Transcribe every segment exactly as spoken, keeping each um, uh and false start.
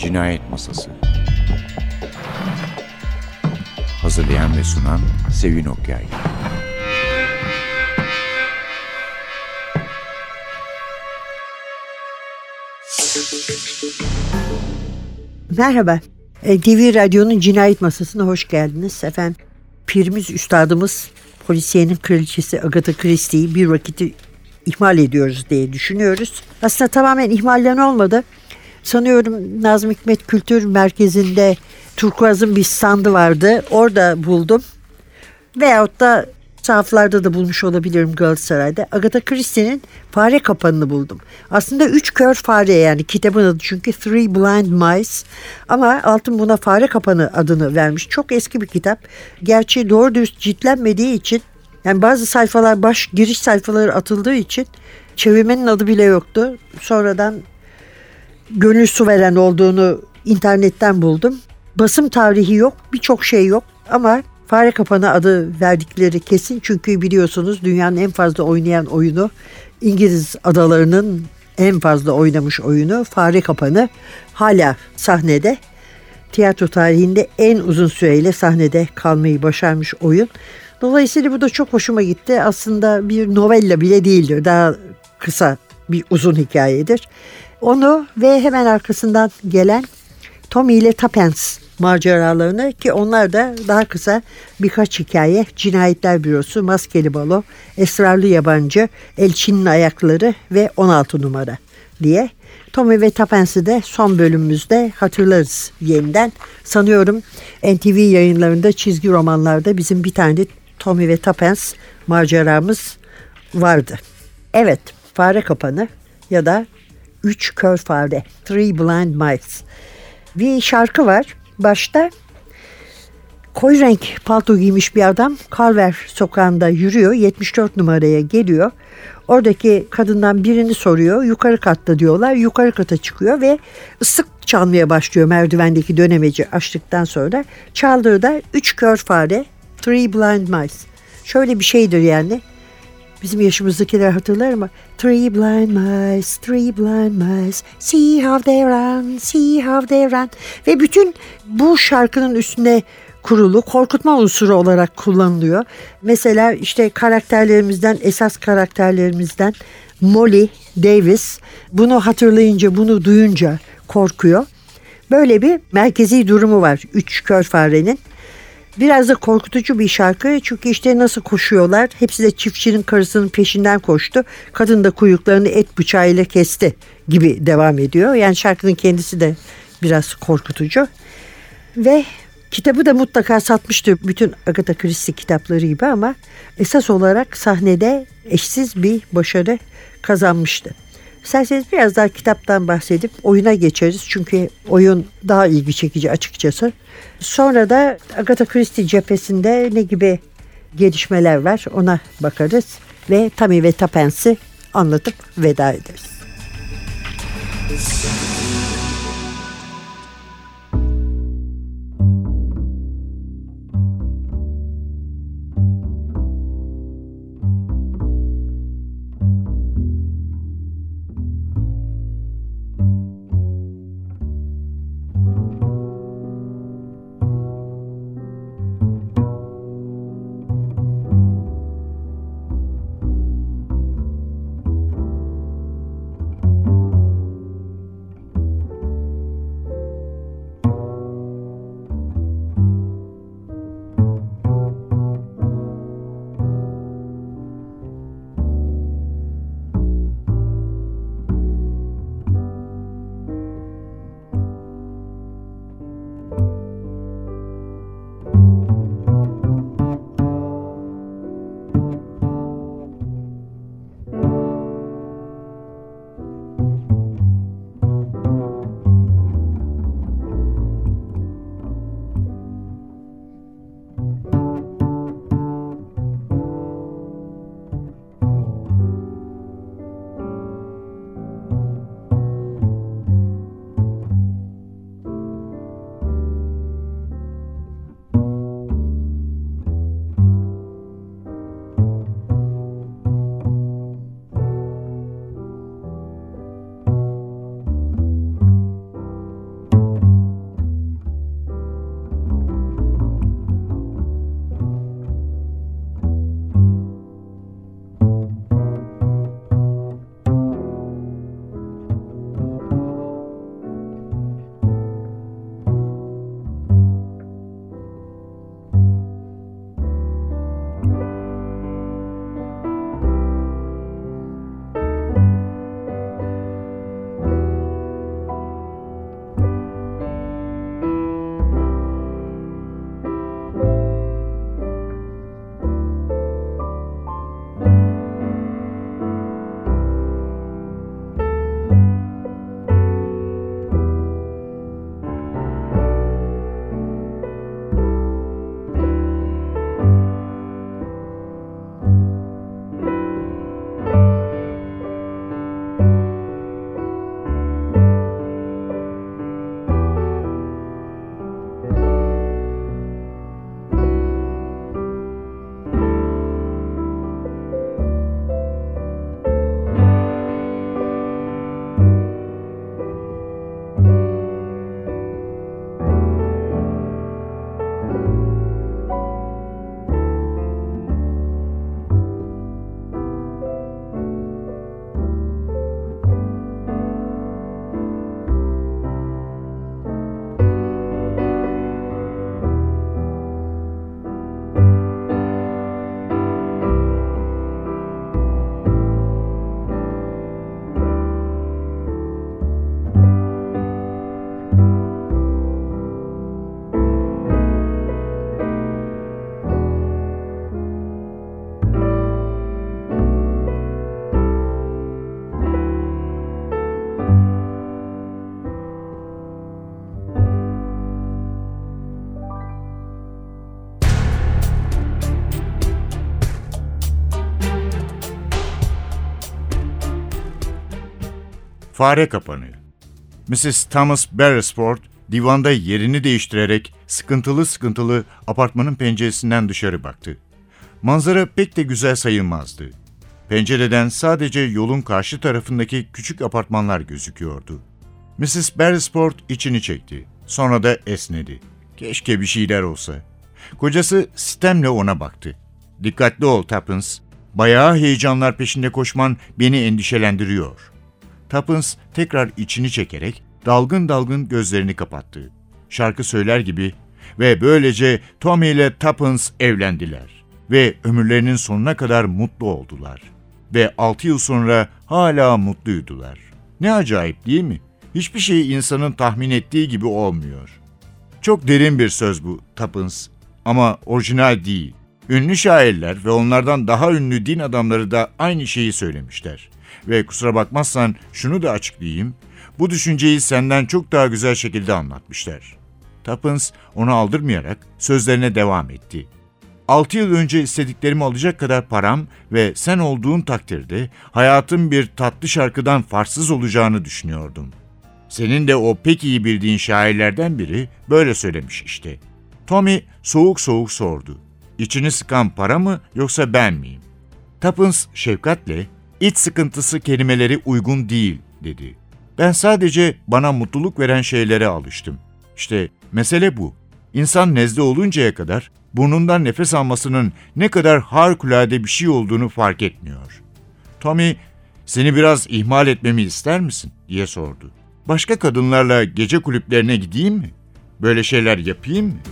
Cinayet Masası. Hazırlayan ve sunan Sevin Okyay. Merhaba, T V Radyo'nun Cinayet Masası'na hoş geldiniz. Efendim, pirimiz, üstadımız, polisiyenin kraliçesi Agatha Christie'yi bir vakit ihmal ediyoruz diye düşünüyoruz. Aslında tamamen ihmalden olmadı. Sanıyorum Nazım Hikmet Kültür Merkezi'nde turkuazın bir standı vardı. Orada buldum. Veyahut da sahaflarda da bulmuş olabilirim Galatasaray'da. Agatha Christie'nin Fare Kapanı'nı buldum. Aslında Üç Kör Fare, yani kitabın adı çünkü Three Blind Mice. Ama Altın buna Fare Kapanı adını vermiş. Çok eski bir kitap. Gerçi doğru dürüst ciltlenmediği için, yani bazı sayfalar baş giriş sayfaları atıldığı için çevirmenin adı bile yoktu. Sonradan gönül su veren olduğunu internetten buldum. Basım tarihi yok, birçok şey yok ama Fare Kapanı adı verdikleri kesin, çünkü biliyorsunuz dünyanın en fazla oynayan oyunu, İngiliz adalarının en fazla oynamış oyunu Fare Kapanı hala sahnede. Tiyatro tarihinde en uzun süreyle sahnede kalmayı başarmış oyun. Dolayısıyla bu da çok hoşuma gitti. Aslında bir novella bile değildir. Daha kısa bir uzun hikayedir. Onu ve hemen arkasından gelen Tommy ile Tuppence maceralarını, ki onlar da daha kısa birkaç hikaye: Cinayetler Bürosu, Maskeli Balo, Esrarlı Yabancı, Elçinin Ayakları ve on altı numara diye. Tommy ve Tuppence'i de son bölümümüzde hatırlarız yeniden. Sanıyorum N T V yayınlarında çizgi romanlarda bizim bir tane Tommy ve Tuppence maceramız vardı. Evet, Fare Kapanı ya da Üç Kör Fare, Three Blind Mice. Bir şarkı var. Başta koyu renk palto giymiş bir adam Carver sokağında yürüyor. yetmiş dört numaraya geliyor. Oradaki kadından birini soruyor. Yukarı katta diyorlar. Yukarı kata çıkıyor ve ıslık çalmaya başlıyor merdivendeki dönemeci açtıktan sonra. Çaldığı da Üç Kör Fare, Three Blind Mice. Şöyle bir şeydir yani. Bizim yaşımızdakiler hatırlar mı? Three blind mice, three blind mice, see how they run, see how they run. Ve bütün bu şarkının üstüne kurulu, korkutma unsuru olarak kullanılıyor. Mesela işte karakterlerimizden, esas karakterlerimizden Molly Davis bunu hatırlayınca, bunu duyunca korkuyor. Böyle bir merkezi durumu var Üç Kör Fare'nin. Biraz da korkutucu bir şarkı, çünkü işte nasıl koşuyorlar. Hepsi de çiftçinin karısının peşinden koştu. Kadın da kuyruklarını et bıçağıyla kesti gibi devam ediyor. Yani şarkının kendisi de biraz korkutucu. Ve kitabı da mutlaka satmıştır bütün Agatha Christie kitapları gibi, ama esas olarak sahnede eşsiz bir başarı kazanmıştı. İsterseniz biraz daha kitaptan bahsedip oyuna geçeriz. Çünkü oyun daha ilgi çekici açıkçası. Sonra da Agatha Christie cephesinde ne gibi gelişmeler var ona bakarız. Ve Tommy ve Tuppence'i anlatıp veda ederiz. Fare Kapanı. missis Thomas Beresford divanda yerini değiştirerek sıkıntılı sıkıntılı apartmanın penceresinden dışarı baktı. Manzara pek de güzel sayılmazdı. Pencereden sadece yolun karşı tarafındaki küçük apartmanlar gözüküyordu. missis Beresford içini çekti. Sonra da esnedi. Keşke bir şeyler olsa. Kocası sitemle ona baktı. Dikkatli ol Tuppence. Bayağı heyecanlar peşinde koşman beni endişelendiriyor. Tuppence tekrar içini çekerek dalgın dalgın gözlerini kapattı. Şarkı söyler gibi ve böylece Tommy ile Tuppence evlendiler. Ve ömürlerinin sonuna kadar mutlu oldular. Ve altı yıl sonra hala mutluydular. Ne acayip değil mi? Hiçbir şey insanın tahmin ettiği gibi olmuyor. Çok derin bir söz bu Tuppence ama orijinal değil. Ünlü şairler ve onlardan daha ünlü din adamları da aynı şeyi söylemişler. Ve kusura bakmazsan şunu da açıklayayım. Bu düşünceyi senden çok daha güzel şekilde anlatmışlar. Tuppence onu aldırmayarak sözlerine devam etti. Altı yıl önce istediklerimi alacak kadar param ve sen olduğun takdirde hayatım bir tatlı şarkıdan farksız olacağını düşünüyordum. Senin de o pek iyi bildiğin şairlerden biri böyle söylemiş işte. Tommy soğuk soğuk sordu. İçini sıkan para mı yoksa ben miyim? Tuppence şefkatle, iç sıkıntısı kelimeleri uygun değil dedi. Ben sadece bana mutluluk veren şeylere alıştım. İşte mesele bu. İnsan nezle oluncaya kadar burnundan nefes almasının ne kadar harikulade bir şey olduğunu fark etmiyor. Tommy, seni biraz ihmal etmemi ister misin diye sordu. Başka kadınlarla gece kulüplerine gideyim mi? Böyle şeyler yapayım mı?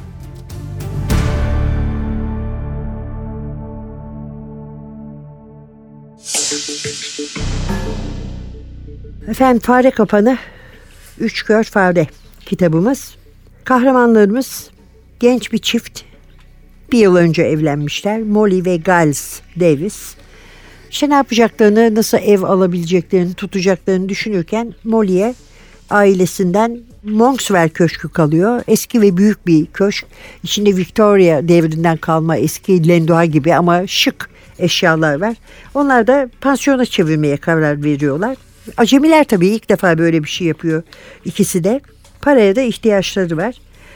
Efendim, Fare Kapanı, Üç Kör Fare kitabımız. Kahramanlarımız genç bir çift. Bir yıl önce evlenmişler. Molly ve Giles Davis. İşte ne yapacaklarını, nasıl ev alabileceklerini, tutacaklarını düşünürken Molly'e ailesinden Monkswell Köşkü kalıyor. Eski ve büyük bir köşk. İçinde Victoria devrinden kalma eski Lendoa gibi ama şık eşyalar var. Onlar da pansiyona çevirmeye karar veriyorlar. Acemiler tabii, ilk defa böyle bir şey yapıyor ikisi de. Paraya da ihtiyaçları var.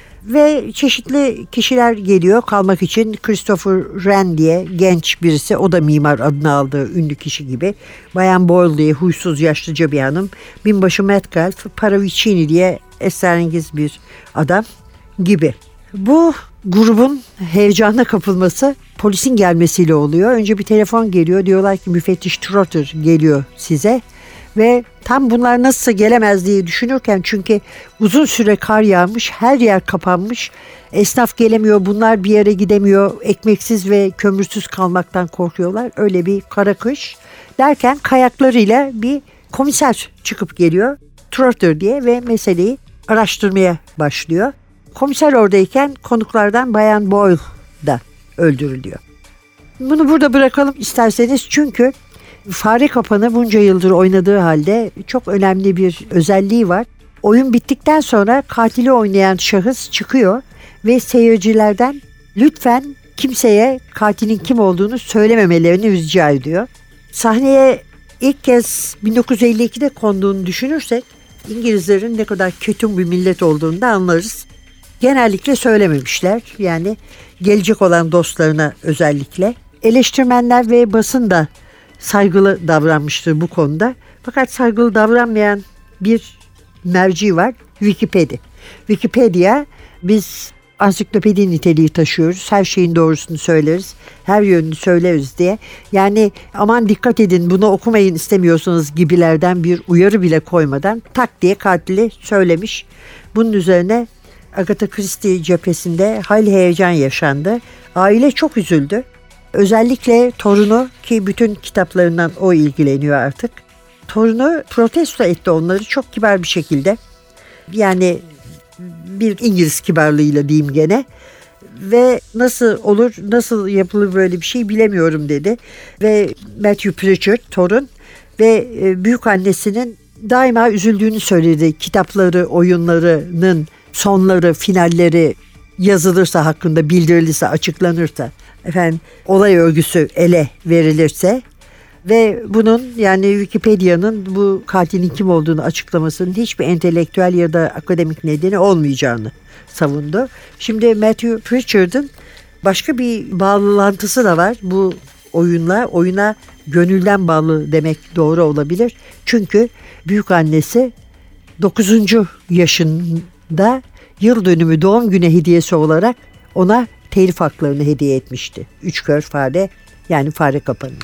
Ve çeşitli kişiler geliyor kalmak için. Christopher Wren diye genç birisi, o da mimar adını aldığı ünlü kişi gibi. Bayan Boyle diye huysuz yaşlıca bir hanım. Binbaşı Metcalf, Paravicini diye esrarengiz bir adam gibi. Bu grubun heyecana kapılması polisin gelmesiyle oluyor. Önce bir telefon geliyor. Diyorlar ki müfettiş Trotter geliyor size. Ve tam bunlar nasılsa gelemez diye düşünürken, çünkü uzun süre kar yağmış, her yer kapanmış, esnaf gelemiyor, bunlar bir yere gidemiyor, ekmeksiz ve kömürsüz kalmaktan korkuyorlar. Öyle bir kara kış derken kayaklarıyla bir komiser çıkıp geliyor, Trotter diye, ve meseleyi araştırmaya başlıyor. Komiser oradayken konuklardan Bayan Boyle da öldürülüyor. Bunu burada bırakalım isterseniz, çünkü Fare Kapanı bunca yıldır oynadığı halde çok önemli bir özelliği var. Oyun bittikten sonra katili oynayan şahıs çıkıyor ve seyircilerden lütfen kimseye katilin kim olduğunu söylememelerini rica ediyor. Sahneye ilk kez bin dokuz yüz elli ikide konduğunu düşünürsek İngilizlerin ne kadar kötü bir millet olduğunu da anlarız. Genellikle söylememişler, yani gelecek olan dostlarına özellikle. Eleştirmenler ve basın da saygılı davranmıştır bu konuda. Fakat saygılı davranmayan bir merci var, Wikipedia. Wikipedia, biz ansiklopedi niteliği taşıyoruz. Her şeyin doğrusunu söyleriz, her yönünü söyleriz diye. Yani aman dikkat edin, bunu okumayın istemiyorsanız gibilerden bir uyarı bile koymadan tak diye katili söylemiş. Bunun üzerine Agatha Christie cephesinde hayli heyecan yaşandı. Aile çok üzüldü. Özellikle torunu, ki bütün kitaplarından o ilgileniyor artık. Torunu protesto etti onları çok kibar bir şekilde. Yani bir İngiliz kibarlığıyla diyeyim gene. Ve nasıl olur, nasıl yapılır böyle bir şey bilemiyorum dedi. Ve Matthew Pritchard, torun ve büyük annesinin daima üzüldüğünü söyledi. Kitapları, oyunlarının sonları, finalleri yazılırsa, hakkında bildirilirse, açıklanırsa, efendim olay örgüsü ele verilirse, Ve bunun, yani Wikipedia'nın bu katilin kim olduğunu açıklamasının hiçbir entelektüel ya da akademik nedeni olmayacağını savundu. Şimdi Matthew Pritchard'ın başka bir bağlantısı da var bu oyunla. Oyuna gönülden bağlı demek doğru olabilir. Çünkü büyükannesi dokuzuncu yaşında yıl dönümü doğum günü hediyesi olarak ona telif haklarını hediye etmişti. Üç Kör Fare, yani Fare Kapanı'nı.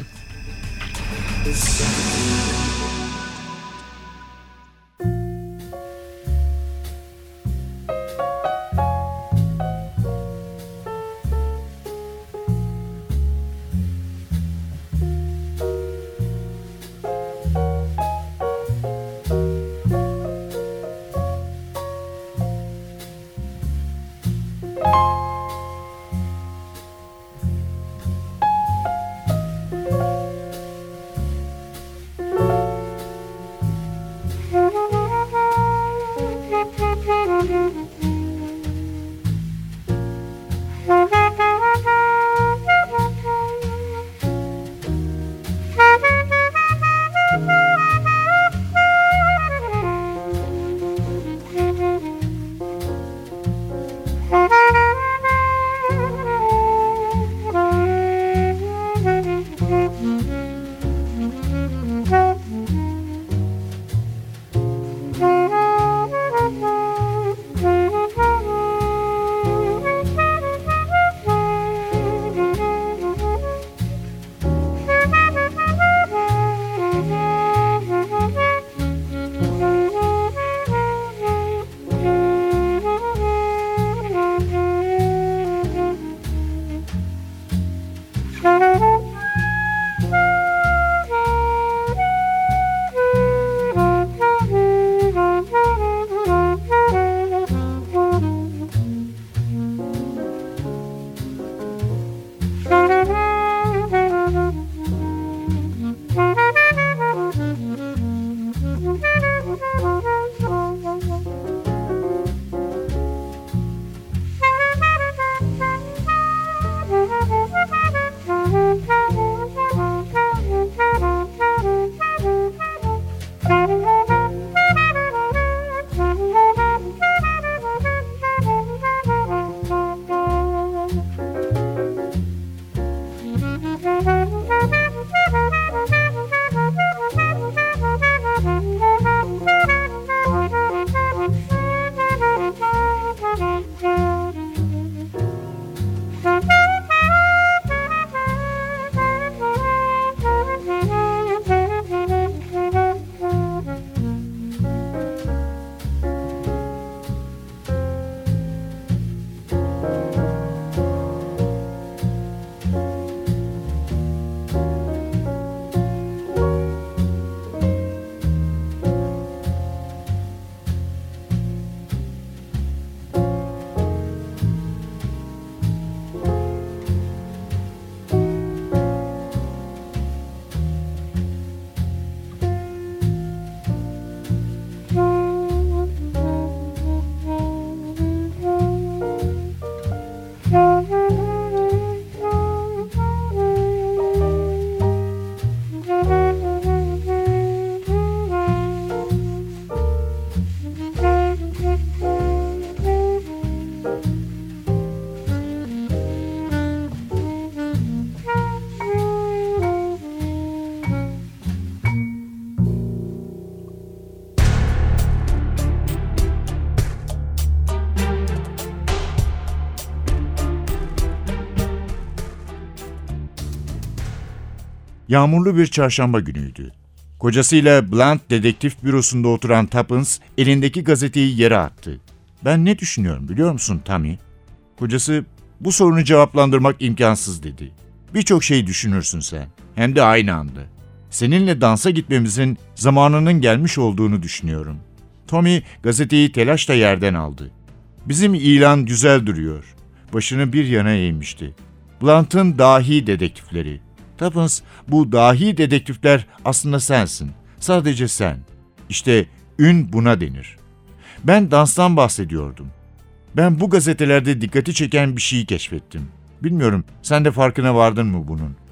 Yağmurlu bir çarşamba günüydü. Kocasıyla Blunt Dedektif Bürosu'nda oturan Tuppence elindeki gazeteyi yere attı. "Ben ne düşünüyorum biliyor musun Tommy?" Kocası, "Bu sorunu cevaplandırmak imkansız," dedi. "Birçok şey düşünürsün sen. Hem de aynı anda. Seninle dansa gitmemizin zamanının gelmiş olduğunu düşünüyorum." Tommy gazeteyi telaşla yerden aldı. "Bizim ilan güzel duruyor." Başını bir yana eğmişti. "Blunt'ın dahi dedektifleri." Tuppence, "Bu dahi dedektifler aslında sensin. Sadece sen. İşte ün buna denir. Ben danstan bahsediyordum. Ben bu gazetelerde dikkati çeken bir şeyi keşfettim. Bilmiyorum, sen de farkına vardın mı bunun?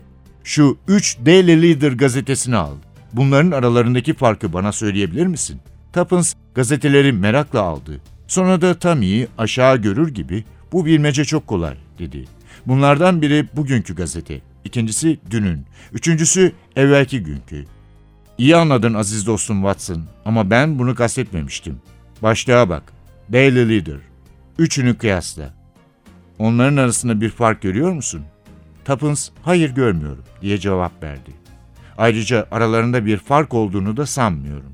Şu üç Daily Leader gazetesini al. Bunların aralarındaki farkı bana söyleyebilir misin? Tuppence gazeteleri merakla aldı. Sonra da Tommy'yi aşağı görür gibi bu bilmece çok kolay dedi. Bunlardan biri bugünkü gazete, ikincisi dünün, üçüncüsü evvelki günkü. İyi anladın aziz dostum Watson ama ben bunu kastetmemiştim. Başlığa bak, Daily Leader. Üçünü kıyasla. Onların arasında bir fark görüyor musun? Tuppence, hayır görmüyorum diye cevap verdi. Ayrıca aralarında bir fark olduğunu da sanmıyorum.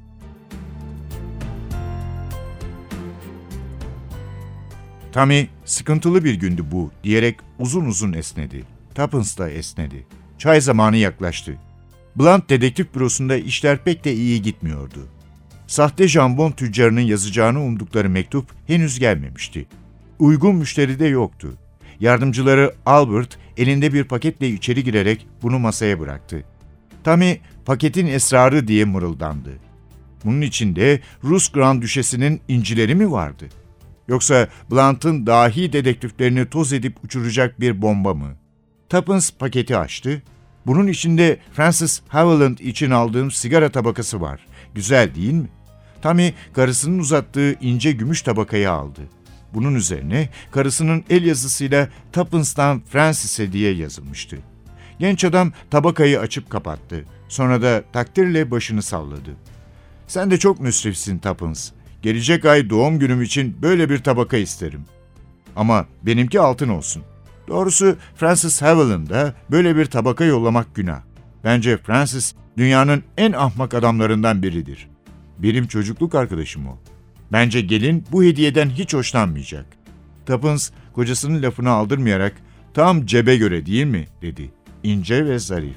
Tommy, sıkıntılı bir gündü bu diyerek uzun uzun esnedi. Tuppence da esnedi. Çay zamanı yaklaştı. Blunt dedektif bürosunda işler pek de iyi gitmiyordu. Sahte jambon tüccarının yazacağını umdukları mektup henüz gelmemişti. Uygun müşteri de yoktu. Yardımcıları Albert elinde bir paketle içeri girerek bunu masaya bıraktı. Tommy, paketin esrarı diye mırıldandı. Bunun içinde Rus Grand Düşesi'nin incileri mi vardı? Yoksa Blunt'ın dahi dedektiflerini toz edip uçuracak bir bomba mı? Tuppence paketi açtı. Bunun içinde Francis Haviland için aldığım sigara tabakası var. Güzel değil mi? Tommy karısının uzattığı ince gümüş tabakayı aldı. Bunun üzerine karısının el yazısıyla Tuppence'dan Francis'e diye yazılmıştı. Genç adam tabakayı açıp kapattı. Sonra da takdirle başını salladı. Sen de çok müsrifsin Tuppence. Gelecek ay doğum günüm için böyle bir tabaka isterim. Ama benimki altın olsun. Doğrusu Francis Haviland'a böyle bir tabaka yollamak günah. Bence Francis dünyanın en ahmak adamlarından biridir. Benim çocukluk arkadaşım o. Bence gelin bu hediyeden hiç hoşlanmayacak. Tuppence kocasının lafını aldırmayarak tam cebe göre değil mi dedi. İnce ve zarif.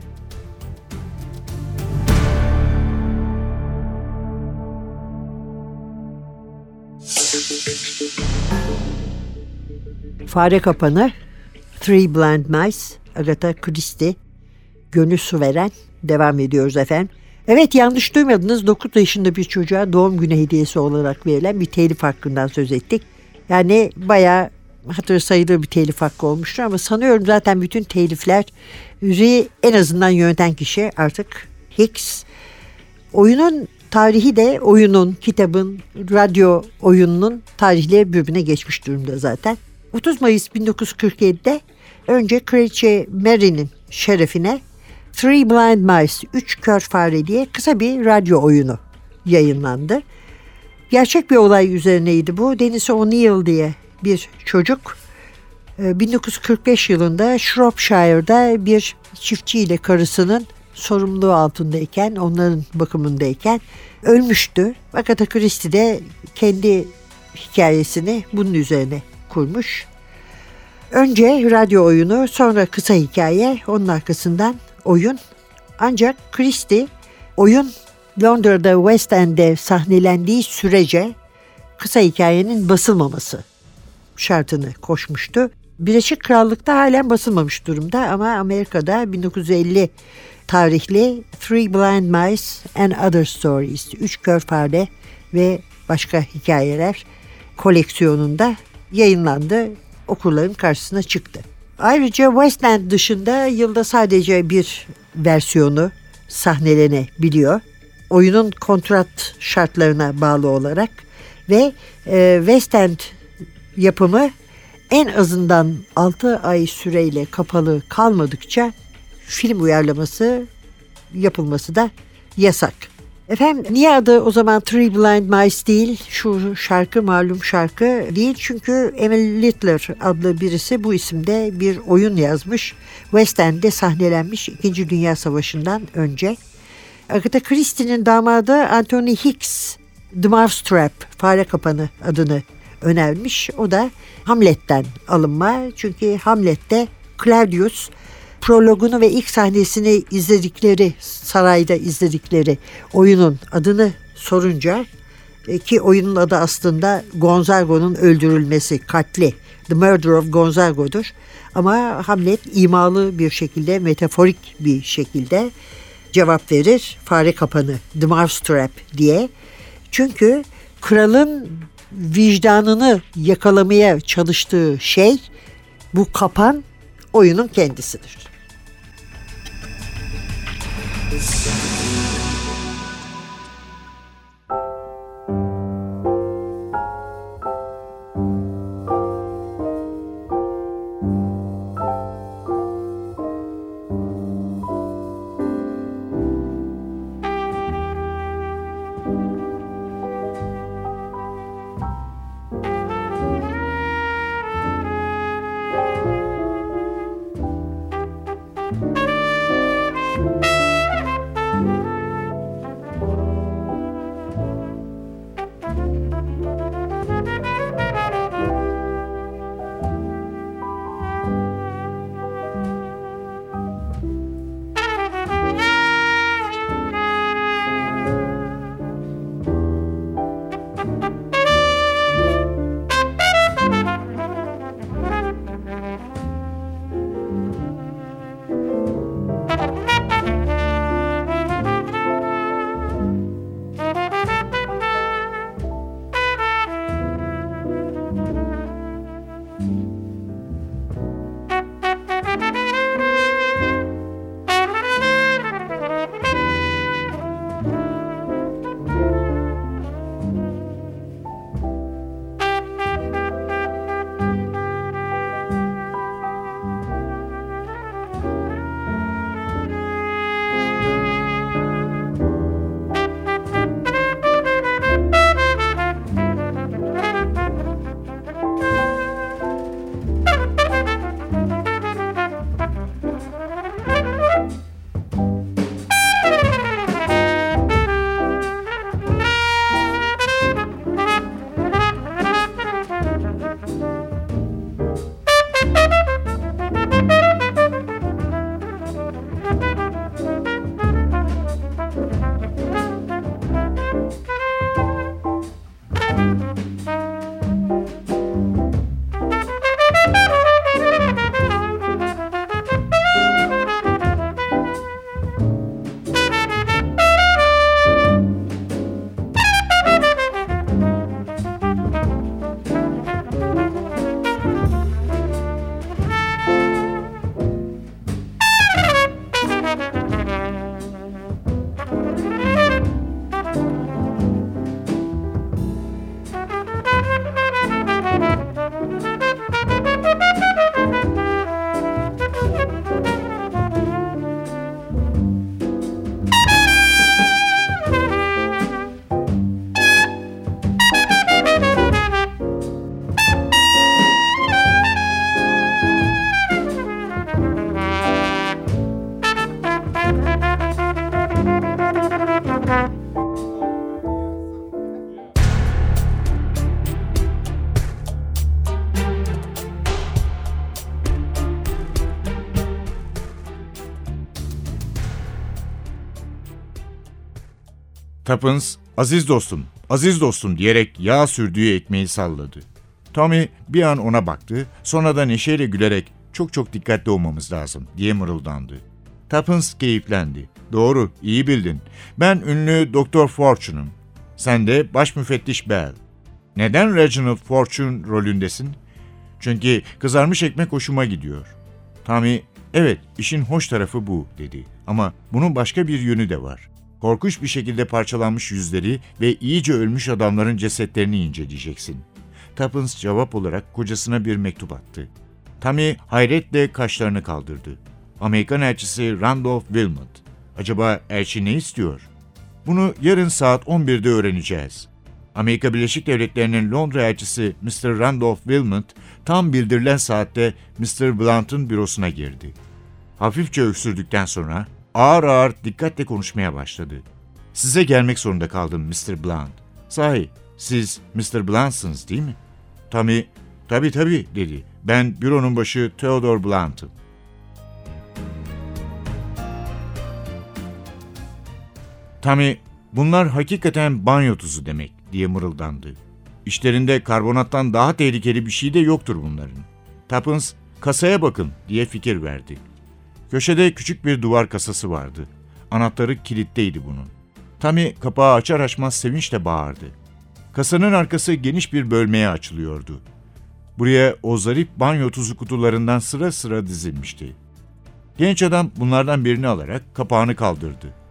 Fare Kapanı, Three Blind Mice, Agatha Christie, Gönül Su Veren, devam ediyoruz efendim. Evet, yanlış duymadınız, dokuz yaşında bir çocuğa doğum günü hediyesi olarak verilen bir telif hakkından söz ettik. Yani bayağı hatır sayılır bir telif hakkı olmuştur ama sanıyorum zaten bütün telifleri en azından yöneten kişi artık Hicks. Oyunun tarihi de oyunun, kitabın, radyo oyununun tarihleri birbirine geçmiş durumda zaten. otuz Mayıs bin dokuz yüz kırk yedi'de önce Kraliçe Mary'nin şerefine Three Blind Mice, Üç Kör Fare diye kısa bir radyo oyunu yayınlandı. Gerçek bir olay üzerineydi bu. Dennis O'Neill diye bir çocuk bin dokuz yüz kırk beş yılında Shropshire'da bir çiftçiyle karısının sorumluluğu altındayken, onların bakımındayken ölmüştü. Agatha Christie de kendi hikayesini bunun üzerine kurmuş. Önce radyo oyunu, sonra kısa hikaye, onun arkasından oyun. Ancak Christie oyun Londra'da West End'de sahnelendiği sürece kısa hikayenin basılmaması şartını koşmuştu. Birleşik Krallık'ta halen basılmamış durumda ama Amerika'da bin dokuz yüz elli tarihli Three Blind Mice and Other Stories, Üç Kör Fare ve Başka Hikayeler koleksiyonunda yayınlandı, okurların karşısına çıktı. Ayrıca West End dışında yılda sadece bir versiyonu sahnelenebiliyor. Oyunun kontrat şartlarına bağlı olarak ve e, West End yapımı en azından altı ay süreyle kapalı kalmadıkça film uyarlaması yapılması da yasak. Efendim, niye adı o zaman Three Blind Mice değil, şu şarkı malum şarkı değil? Çünkü Emily Littler adlı birisi bu isimde bir oyun yazmış. West End'de sahnelenmiş İkinci Dünya Savaşı'ndan önce. Agatha Christie'nin damadı Anthony Hicks, The Mousetrap, Fare Kapanı adını önermiş. O da Hamlet'ten alınma. Çünkü Hamlet'te Claudius prologunu ve ilk sahnesini izledikleri, sarayda izledikleri oyunun adını sorunca, ki oyunun adı aslında Gonzago'nun öldürülmesi, katli, The Murder of Gonzago'dur. Ama Hamlet imalı bir şekilde, metaforik bir şekilde cevap verir. Fare Kapanı, The Mousetrap diye. Çünkü kralın vicdanını yakalamaya çalıştığı şey, bu kapan oyunun kendisidir. Tuppence, "Aziz dostum, aziz dostum" diyerek yağ sürdüğü ekmeği salladı. Tommy bir an ona baktı, sonra da neşeyle gülerek "Çok çok dikkatli olmamız lazım" diye mırıldandı. Tuppence keyiflendi. "Doğru, iyi bildin. Ben ünlü Doktor Fortune'um. Sen de baş müfettiş Bell. Neden Reginald Fortune rolündesin?" "Çünkü kızarmış ekmek hoşuma gidiyor." Tommy, "Evet, işin hoş tarafı bu" dedi. "Ama bunun başka bir yönü de var. Korkunç bir şekilde parçalanmış yüzleri ve iyice ölmüş adamların cesetlerini inceleyeceksin." Tuppence cevap olarak kocasına bir mektup attı. Tommy hayretle kaşlarını kaldırdı. Amerikan elçisi Randolph Wilmot. Acaba elçi ne istiyor? Bunu yarın saat on birde öğreneceğiz. Amerika Birleşik Devletleri'nin Londra elçisi mister Randolph Wilmot tam bildirilen saatte mister Blunt'ın bürosuna girdi. Hafifçe öksürdükten sonra ağır ağır dikkatle konuşmaya başladı. "Size gelmek zorunda kaldım mister Blunt. Sahi, siz mister Blunt'sınız değil mi?" Tommy, "Tabii tabii" dedi. "Ben büronun başı Theodore Blunt'ım." Tommy, "Bunlar hakikaten banyo tuzu demek" diye mırıldandı. "İşlerinde karbonattan daha tehlikeli bir şey de yoktur bunların." Tuppence, "Kasaya bakın" diye fikir verdi. Köşede küçük bir duvar kasası vardı. Anahtarı kilitteydi bunun. Tommy kapağı açar açmaz sevinçle bağırdı. Kasanın arkası geniş bir bölmeye açılıyordu. Buraya o zarif banyo tuzu kutularından sıra sıra dizilmişti. Genç adam bunlardan birini alarak kapağını kaldırdı.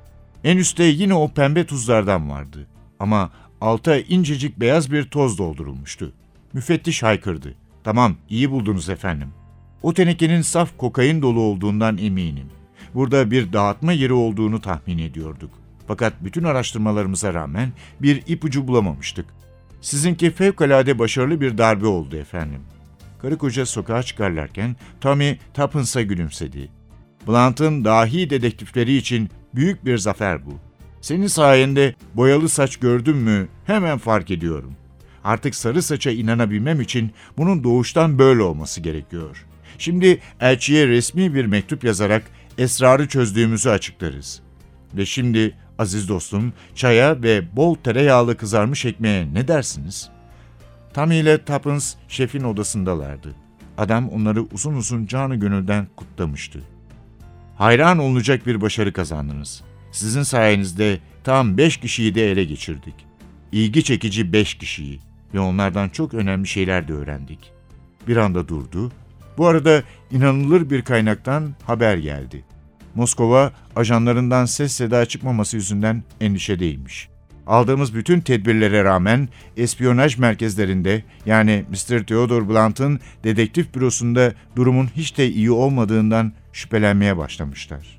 En üstte yine o pembe tuzlardan vardı. Ama alta incecik beyaz bir toz doldurulmuştu. Müfettiş haykırdı. "Tamam, iyi buldunuz efendim. O tenekenin saf kokain dolu olduğundan eminim. Burada bir dağıtma yeri olduğunu tahmin ediyorduk. Fakat bütün araştırmalarımıza rağmen bir ipucu bulamamıştık. Sizinki fevkalade başarılı bir darbe oldu efendim." Karı koca sokağa çıkarlarken Tommy Tuppence'a gülümsedi. "Blunt'ın dahi dedektifleri için büyük bir zafer bu. Senin sayende boyalı saç gördüm mü hemen fark ediyorum. Artık sarı saça inanabilmem için bunun doğuştan böyle olması gerekiyor. Şimdi elçiye resmi bir mektup yazarak esrarı çözdüğümüzü açıklarız. Ve şimdi aziz dostum, çaya ve bol tereyağlı kızarmış ekmeğe ne dersiniz?" Tommy ile Tuppence şefin odasındalardı. Adam onları uzun uzun canı gönülden kutlamıştı. "Hayran olunacak bir başarı kazandınız. Sizin sayenizde tam beş kişiyi de ele geçirdik. İlgi çekici beş kişiyi ve onlardan çok önemli şeyler de öğrendik." Bir anda durdu. Bu arada inanılır bir kaynaktan haber geldi. Moskova, ajanlarından ses seda çıkmaması yüzünden endişedeymiş. Aldığımız bütün tedbirlere rağmen espiyonaj merkezlerinde, yani mister Theodore Blunt'ın dedektif bürosunda durumun hiç de iyi olmadığından şüphelenmeye başlamışlar.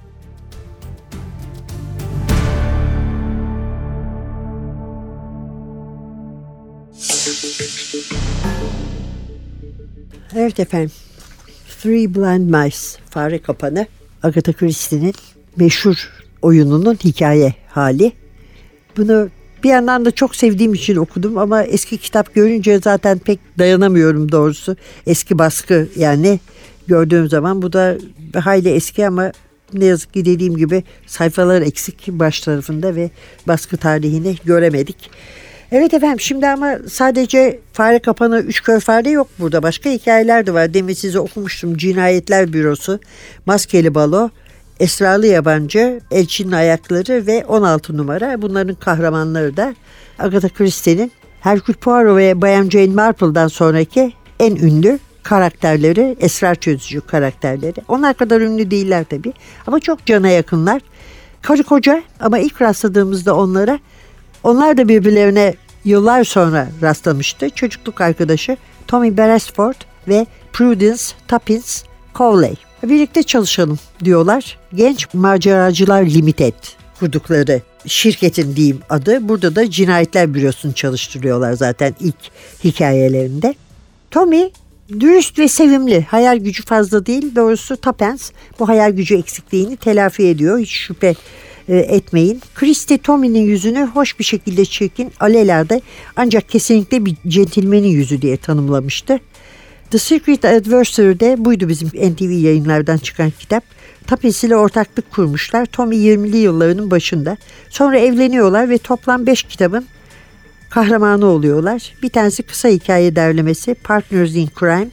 Evet efendim. Three Blind Mice, Fare Kapanı, Agatha Christie'nin meşhur oyununun hikaye hali. Bunu bir yandan da çok sevdiğim için okudum ama eski kitap görünce zaten pek dayanamıyorum doğrusu. Eski baskı yani gördüğüm zaman bu da hayli eski ama ne yazık ki dediğim gibi sayfalar eksik baş tarafında ve baskı tarihini göremedik. Evet efendim, şimdi ama sadece Fare Kapanı, Üç Kör Fare yok burada. Başka hikayeler de var. Demin size okumuştum. Cinayetler Bürosu, Maskeli Balo, Esrarlı Yabancı, Elçinin Ayakları ve on altı numara. Bunların kahramanları da Agatha Christie'nin Hercule Poirot ve Bayan Jane Marple'dan sonraki en ünlü karakterleri, esrar çözücü karakterleri. Onlar kadar ünlü değiller tabii ama çok cana yakınlar. Karı koca ama ilk rastladığımızda onlara, onlar da birbirlerine yıllar sonra rastlamıştı. Çocukluk arkadaşı Tommy Beresford ve Prudence Tuppence Cowley. Birlikte çalışalım diyorlar. Genç Maceracılar Limited kurdukları şirketin diyeyim adı. Burada da Cinayetler Bürosu'nu çalıştırıyorlar zaten ilk hikayelerinde. Tommy dürüst ve sevimli. Hayal gücü fazla değil. Doğrusu Tuppence bu hayal gücü eksikliğini telafi ediyor. Hiç şüphe etmeyin. Christie Tommy'nin yüzünü hoş bir şekilde çirkin, alelade ancak kesinlikle bir centilmenin yüzü diye tanımlamıştı. The Secret Adversary'de buydu bizim N T V yayınlardan çıkan kitap. Tuppence ile ortaklık kurmuşlar. Tommy yirmili yıllarının başında. Sonra evleniyorlar ve toplam beş kitabın kahramanı oluyorlar. Bir tanesi kısa hikaye derlemesi Partners in Crime,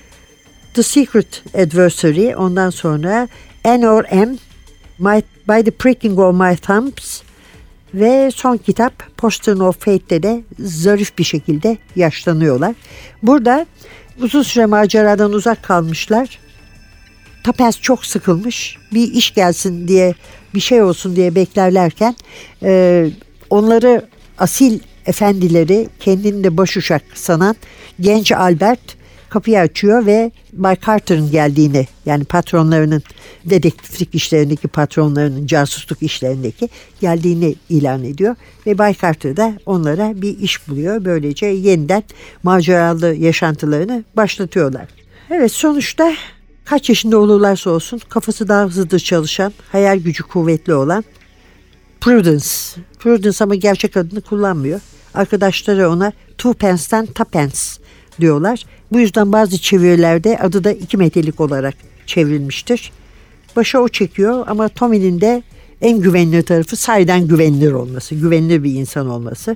The Secret Adversary, ondan sonra N or M, My, By the Pricking of My Thumbs ve son kitap Postern of Fate'de de zarif bir şekilde yaşlanıyorlar. Burada uzun süre maceradan uzak kalmışlar. Tuppence çok sıkılmış. Bir iş gelsin diye, bir şey olsun diye beklerlerken e, onları asil efendileri, kendini de başuçak sanan genç Albert kapıyı açıyor ve Bay Carter'ın geldiğini, yani patronlarının, dedektiflik işlerindeki patronlarının casusluk işlerindeki geldiğini ilan ediyor. Ve Bay Carter da onlara bir iş buluyor. Böylece yeniden maceralı yaşantılarını başlatıyorlar. Evet, sonuçta kaç yaşında olurlarsa olsun kafası daha hızlı çalışan, hayal gücü kuvvetli olan Prudence. Prudence ama gerçek adını kullanmıyor. Arkadaşları ona Twopence'ten Tuppence diyorlar. Bu yüzden bazı çevirilerde adı da iki metelik olarak çevrilmiştir. Başa o çekiyor ama Tommy'nin de en güvenilir tarafı sahiden güvenilir olması, güvenilir bir insan olması.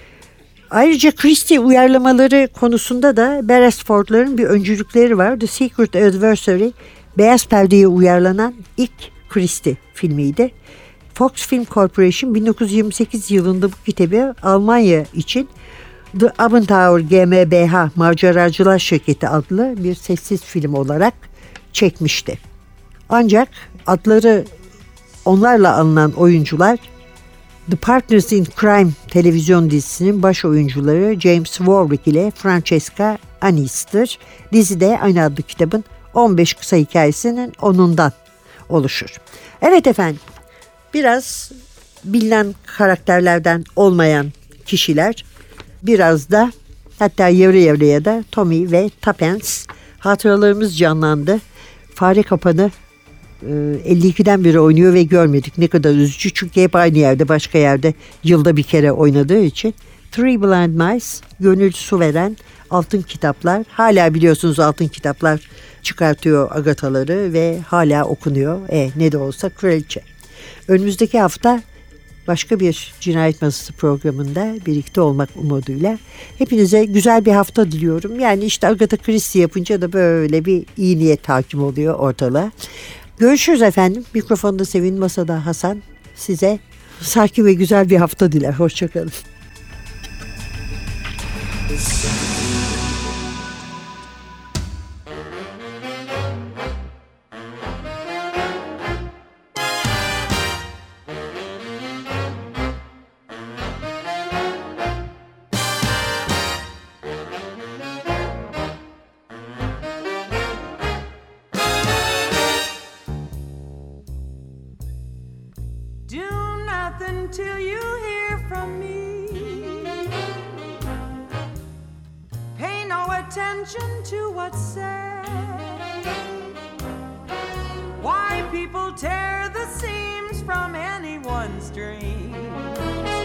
Ayrıca Christie uyarlamaları konusunda da Beresford'ların bir öncülükleri var. The Secret Adversary, Beyaz Perde'ye uyarlanan ilk Christie filmiydi. Fox Film Corporation bin dokuz yüz yirmi sekiz yılında bu kitabı Almanya için The Abenteuer G m b H Maceracılar Şirketi adlı bir sessiz film olarak çekmişti. Ancak adları onlarla alınan oyuncular The Partners in Crime televizyon dizisinin baş oyuncuları James Warwick ile Francesca Annis'tir. Dizide aynı adlı kitabın on beş kısa hikayesinin onundan oluşur. Evet efendim, biraz bilinen karakterlerden olmayan kişiler, biraz da hatta yarı yarıya da Tommy ve Tuppence hatıralarımız canlandı. Fare Kapanı elli ikiden beri oynuyor ve görmedik. Ne kadar üzücü, çünkü hep aynı yerde, başka yerde yılda bir kere oynadığı için. Three Blind Mice, gönül su veren altın kitaplar. Hala biliyorsunuz altın kitaplar çıkartıyor Agatha'ları ve hala okunuyor. E, ne de olsa kraliçe. Önümüzdeki hafta başka bir Cinayet Masası programında birlikte olmak umuduyla hepinize güzel bir hafta diliyorum. Yani işte Agatha Christie yapınca da böyle bir iyi niyet hakim oluyor ortalığa. Görüşürüz efendim. Mikrofonda Sevin, masada Hasan. Size sakin ve güzel bir hafta diler. Hoşçakalın. Until you hear from me, pay no attention to what's said. Why people tear the seams from anyone's dreams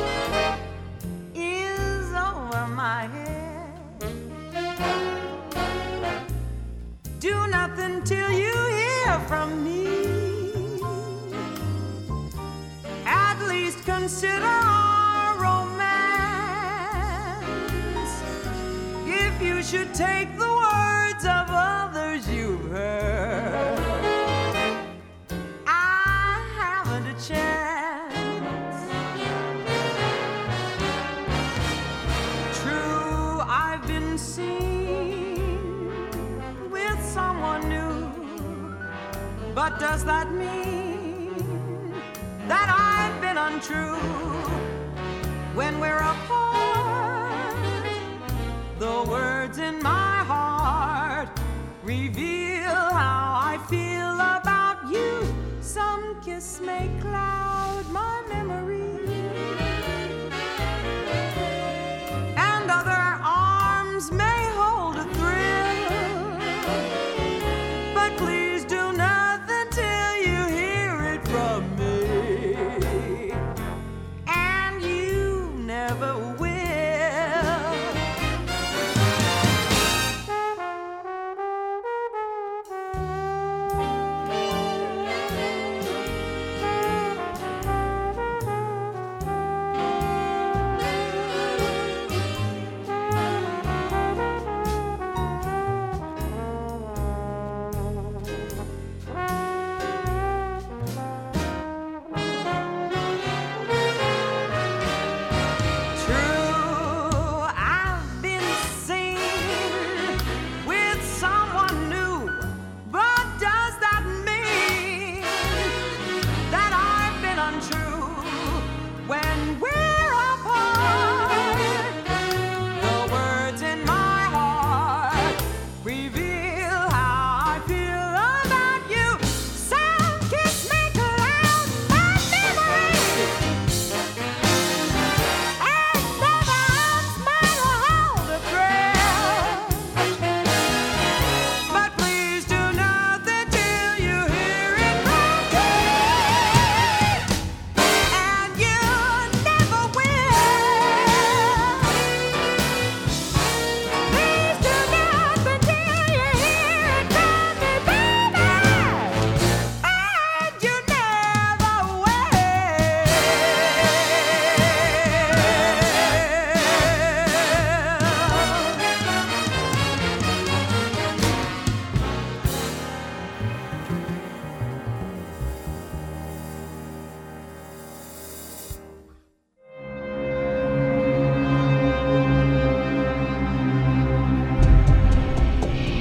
is over my head. Do nothing till you hear from me. Consider our romance. If you should take the words of others you've heard, I haven't a chance. True, I've been seen with someone new, but does that mean that I've been untrue? When we're apart, the words in my heart reveal how I feel about you. Some kiss may cloud my memory, and other arms may hold a thrill, but please do nothing till you hear it from me.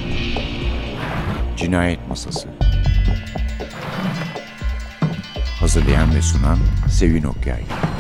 Cinayet Masası. Hazırlayan ve sunan Sevin Okyay.